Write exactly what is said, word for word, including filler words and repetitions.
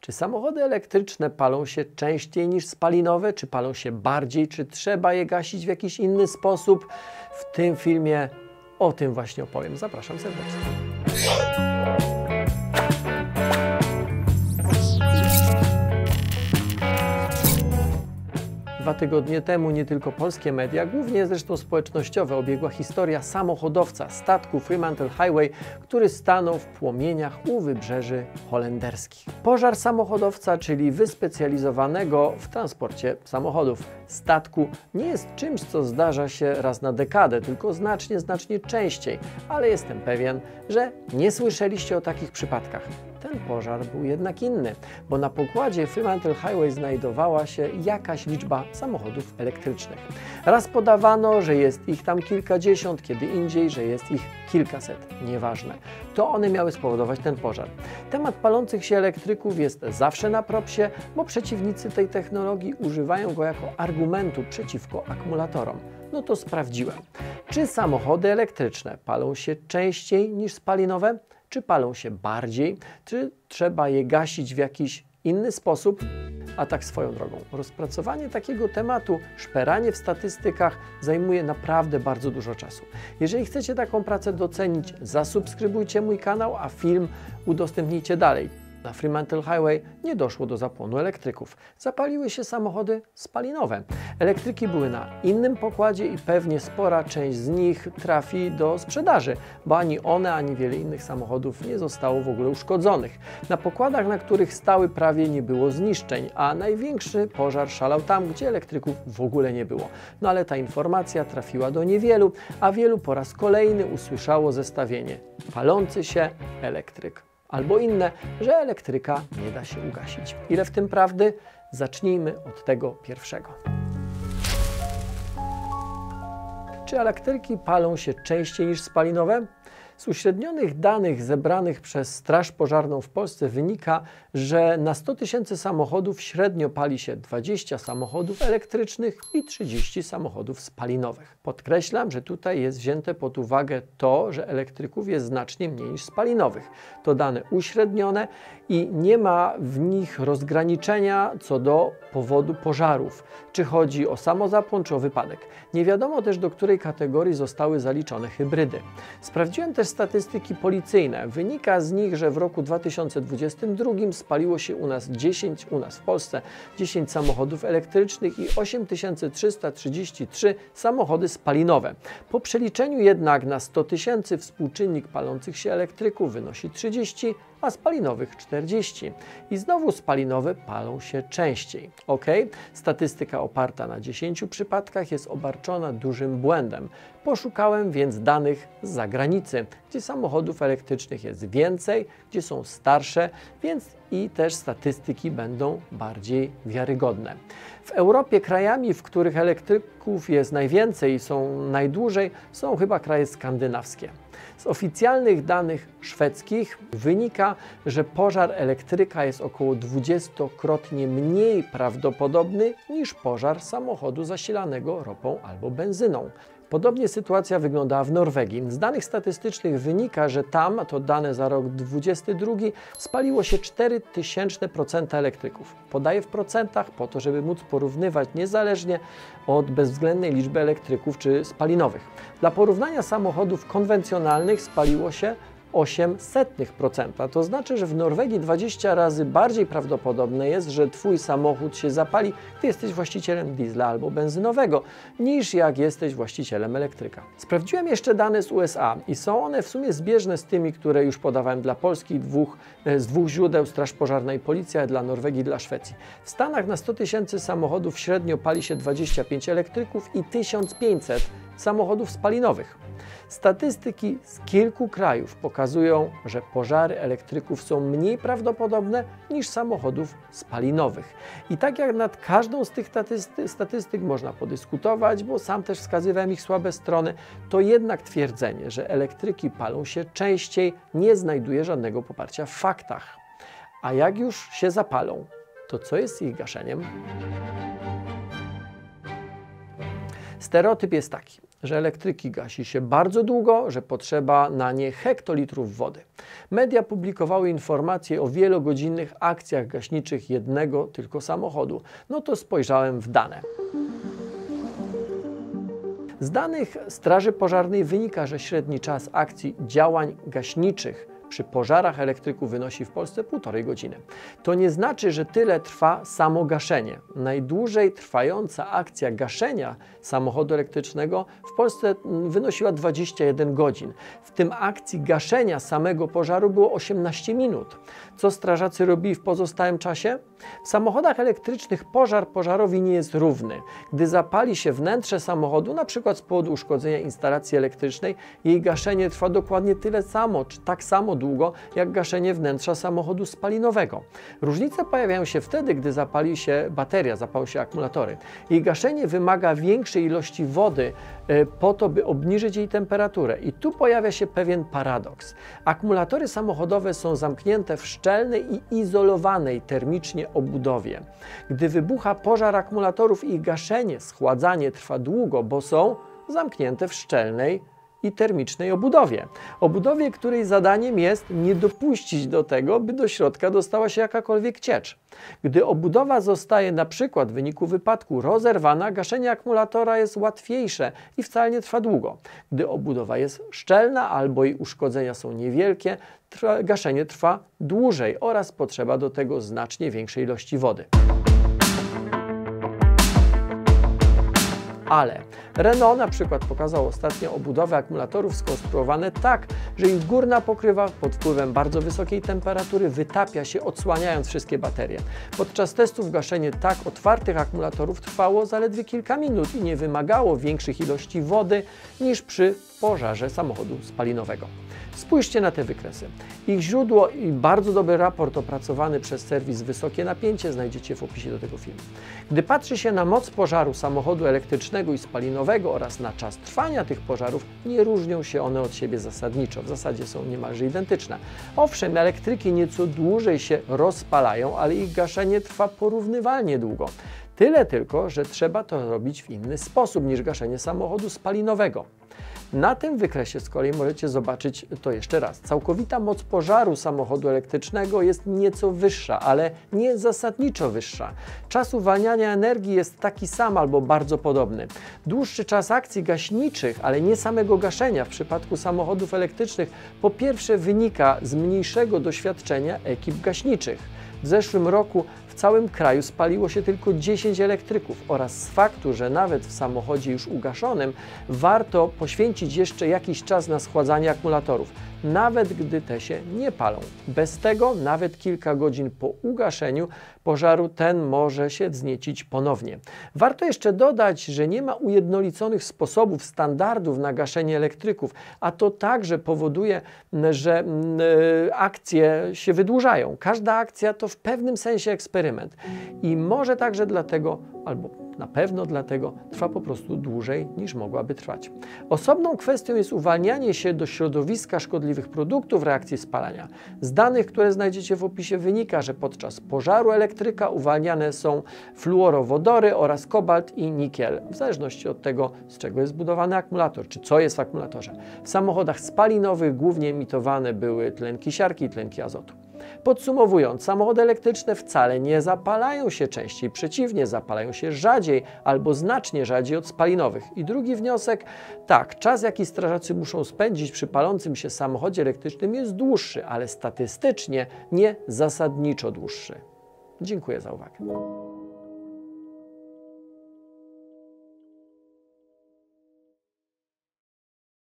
Czy samochody elektryczne palą się częściej niż spalinowe? Czy palą się bardziej? Czy trzeba je gasić w jakiś inny sposób? W tym filmie o tym właśnie opowiem. Zapraszam serdecznie. Dwa tygodnie temu nie tylko polskie media, głównie zresztą społecznościowe, obiegła historia samochodowca statku Fremantle Highway, który stanął w płomieniach u wybrzeży holenderskich. Pożar samochodowca, czyli wyspecjalizowanego w transporcie samochodów statku, nie jest czymś, co zdarza się raz na dekadę, tylko znacznie, znacznie częściej, ale jestem pewien, że nie słyszeliście o takich przypadkach. Ten pożar był jednak inny, bo na pokładzie Fremantle Highway znajdowała się jakaś liczba samochodów elektrycznych. Raz podawano, że jest ich tam kilkadziesiąt, kiedy indziej, że jest ich kilkaset. Nieważne. To one miały spowodować ten pożar. Temat palących się elektryków jest zawsze na propsie, bo przeciwnicy tej technologii używają go jako argumentu przeciwko akumulatorom. No to sprawdziłem. Czy samochody elektryczne palą się częściej niż spalinowe? Czy palą się bardziej? Czy trzeba je gasić w jakiś inny sposób? A tak swoją drogą, rozpracowanie takiego tematu, szperanie w statystykach zajmuje naprawdę bardzo dużo czasu. Jeżeli chcecie taką pracę docenić, zasubskrybujcie mój kanał, a film udostępnijcie dalej. Na Fremantle Highway nie doszło do zapłonu elektryków. Zapaliły się samochody spalinowe. Elektryki były na innym pokładzie i pewnie spora część z nich trafi do sprzedaży, bo ani one, ani wiele innych samochodów nie zostało w ogóle uszkodzonych. Na pokładach, na których stały, prawie nie było zniszczeń, a największy pożar szalał tam, gdzie elektryków w ogóle nie było. No ale ta informacja trafiła do niewielu, a wielu po raz kolejny usłyszało zestawienie: palący się elektryk. Albo inne, że elektryka nie da się ugasić. Ile w tym prawdy? Zacznijmy od tego pierwszego. Czy elektryki palą się częściej niż spalinowe? Z uśrednionych danych zebranych przez Straż Pożarną w Polsce wynika, że na sto tysięcy samochodów średnio pali się dwadzieścia samochodów elektrycznych i trzydzieści samochodów spalinowych. Podkreślam, że tutaj jest wzięte pod uwagę to, że elektryków jest znacznie mniej niż spalinowych. To dane uśrednione i nie ma w nich rozgraniczenia co do powodu pożarów, czy chodzi o samozapłon, czy o wypadek. Nie wiadomo też, do której kategorii zostały zaliczone hybrydy. Sprawdziłem też statystyki policyjne. Wynika z nich, że w roku dwa tysiące dwudziestym drugim spaliło się u nas dziesięć, u nas w Polsce dziesięć samochodów elektrycznych i osiem tysięcy trzysta trzydzieści trzy samochody spalinowe. Po przeliczeniu jednak na sto tysięcy współczynnik palących się elektryków wynosi trzydzieści, a spalinowych czterdzieści. I znowu spalinowe palą się częściej. Ok, statystyka oparta na dziesięciu przypadkach jest obarczona dużym błędem. Poszukałem więc danych z zagranicy, gdzie samochodów elektrycznych jest więcej, gdzie są starsze, więc i też statystyki będą bardziej wiarygodne. W Europie krajami, w których elektryków jest najwięcej i są najdłużej, są chyba kraje skandynawskie. Z oficjalnych danych szwedzkich wynika, że pożar elektryka jest około dwudziestokrotnie mniej prawdopodobny niż pożar samochodu zasilanego ropą albo benzyną. Podobnie sytuacja wyglądała w Norwegii. Z danych statystycznych wynika, że tam, a to dane za rok dwudziesty drugi, spaliło się cztery tysiące procent elektryków. Podaję w procentach po to, żeby móc porównywać niezależnie od bezwzględnej liczby elektryków czy spalinowych. Dla porównania samochodów konwencjonalnych spaliło się osiem setnych procenta. To znaczy, że w Norwegii dwadzieścia razy bardziej prawdopodobne jest, że Twój samochód się zapali, gdy jesteś właścicielem diesla albo benzynowego, niż jak jesteś właścicielem elektryka. Sprawdziłem jeszcze dane z U S A i są one w sumie zbieżne z tymi, które już podawałem dla Polski, dwóch, z dwóch źródeł, Straż Pożarna i Policja, dla Norwegii i dla Szwecji. W Stanach na sto tysięcy samochodów średnio pali się dwadzieścia pięć elektryków i tysiąc pięćset samochodów spalinowych. Statystyki z kilku krajów pokazują, że pożary elektryków są mniej prawdopodobne niż samochodów spalinowych. I tak jak nad każdą z tych statystyk, statystyk można podyskutować, bo sam też wskazywałem ich słabe strony, to jednak twierdzenie, że elektryki palą się częściej, nie znajduje żadnego poparcia w faktach. A jak już się zapalą, to co jest z ich gaszeniem? Stereotyp jest taki, że elektryki gasi się bardzo długo, że potrzeba na nie hektolitrów wody. Media publikowały informacje o wielogodzinnych akcjach gaśniczych jednego tylko samochodu. No to spojrzałem w dane. Z danych Straży Pożarnej wynika, że średni czas akcji działań gaśniczych przy pożarach elektryków wynosi w Polsce półtorej godziny. To nie znaczy, że tyle trwa samo gaszenie. Najdłużej trwająca akcja gaszenia samochodu elektrycznego w Polsce wynosiła dwadzieścia jeden godzin. W tym akcji gaszenia samego pożaru było osiemnaście minut. Co strażacy robili w pozostałym czasie? W samochodach elektrycznych pożar pożarowi nie jest równy. Gdy zapali się wnętrze samochodu, na przykład z powodu uszkodzenia instalacji elektrycznej, jej gaszenie trwa dokładnie tyle samo, czy tak samo długo, jak gaszenie wnętrza samochodu spalinowego. Różnice pojawiają się wtedy, gdy zapali się bateria, zapalą się akumulatory. Jej gaszenie wymaga większej ilości wody po to, by obniżyć jej temperaturę. I tu pojawia się pewien paradoks. Akumulatory samochodowe są zamknięte w szczelnej i izolowanej termicznie obudowie. Gdy wybucha pożar akumulatorów, ich gaszenie, schładzanie trwa długo, bo są zamknięte w szczelnej i termicznej obudowie. Obudowie, której zadaniem jest nie dopuścić do tego, by do środka dostała się jakakolwiek ciecz. Gdy obudowa zostaje na przykład w wyniku wypadku rozerwana, gaszenie akumulatora jest łatwiejsze i wcale nie trwa długo. Gdy obudowa jest szczelna albo jej uszkodzenia są niewielkie, trwa, gaszenie trwa dłużej oraz potrzeba do tego znacznie większej ilości wody. Ale Renault na przykład pokazał ostatnio obudowy akumulatorów skonstruowane tak, że ich górna pokrywa pod wpływem bardzo wysokiej temperatury wytapia się, odsłaniając wszystkie baterie. Podczas testów gaszenie tak otwartych akumulatorów trwało zaledwie kilka minut i nie wymagało większych ilości wody niż przy pożarze samochodu spalinowego. Spójrzcie na te wykresy. Ich źródło i bardzo dobry raport opracowany przez serwis Wysokie Napięcie znajdziecie w opisie do tego filmu. Gdy patrzy się na moc pożaru samochodu elektrycznego i spalinowego oraz na czas trwania tych pożarów, nie różnią się one od siebie zasadniczo. W zasadzie są niemalże identyczne. Owszem, elektryki nieco dłużej się rozpalają, ale ich gaszenie trwa porównywalnie długo. Tyle tylko, że trzeba to robić w inny sposób niż gaszenie samochodu spalinowego. Na tym wykresie z kolei możecie zobaczyć to jeszcze raz. Całkowita moc pożaru samochodu elektrycznego jest nieco wyższa, ale nie zasadniczo wyższa. Czas uwalniania energii jest taki sam albo bardzo podobny. Dłuższy czas akcji gaśniczych, ale nie samego gaszenia w przypadku samochodów elektrycznych po pierwsze wynika z mniejszego doświadczenia ekip gaśniczych. W zeszłym roku w całym kraju spaliło się tylko dziesięć elektryków oraz z faktu, że nawet w samochodzie już ugaszonym warto poświęcić jeszcze jakiś czas na schładzanie akumulatorów, nawet gdy te się nie palą. Bez tego nawet kilka godzin po ugaszeniu pożaru ten może się wzniecić ponownie. Warto jeszcze dodać, że nie ma ujednoliconych sposobów, standardów na gaszenie elektryków, a to także powoduje, że akcje się wydłużają. Każda akcja to w pewnym sensie eksperyment i może także dlatego, albo na pewno dlatego, trwa po prostu dłużej niż mogłaby trwać. Osobną kwestią jest uwalnianie się do środowiska szkodliwych produktów w reakcji spalania. Z danych, które znajdziecie w opisie, wynika, że podczas pożaru elektryka uwalniane są fluorowodory oraz kobalt i nikiel, w zależności od tego, z czego jest zbudowany akumulator, czy co jest w akumulatorze. W samochodach spalinowych głównie emitowane były tlenki siarki i tlenki azotu. Podsumowując, samochody elektryczne wcale nie zapalają się częściej, przeciwnie, zapalają się rzadziej albo znacznie rzadziej od spalinowych. I drugi wniosek, tak, czas jaki strażacy muszą spędzić przy palącym się samochodzie elektrycznym jest dłuższy, ale statystycznie nie zasadniczo dłuższy. Dziękuję za uwagę.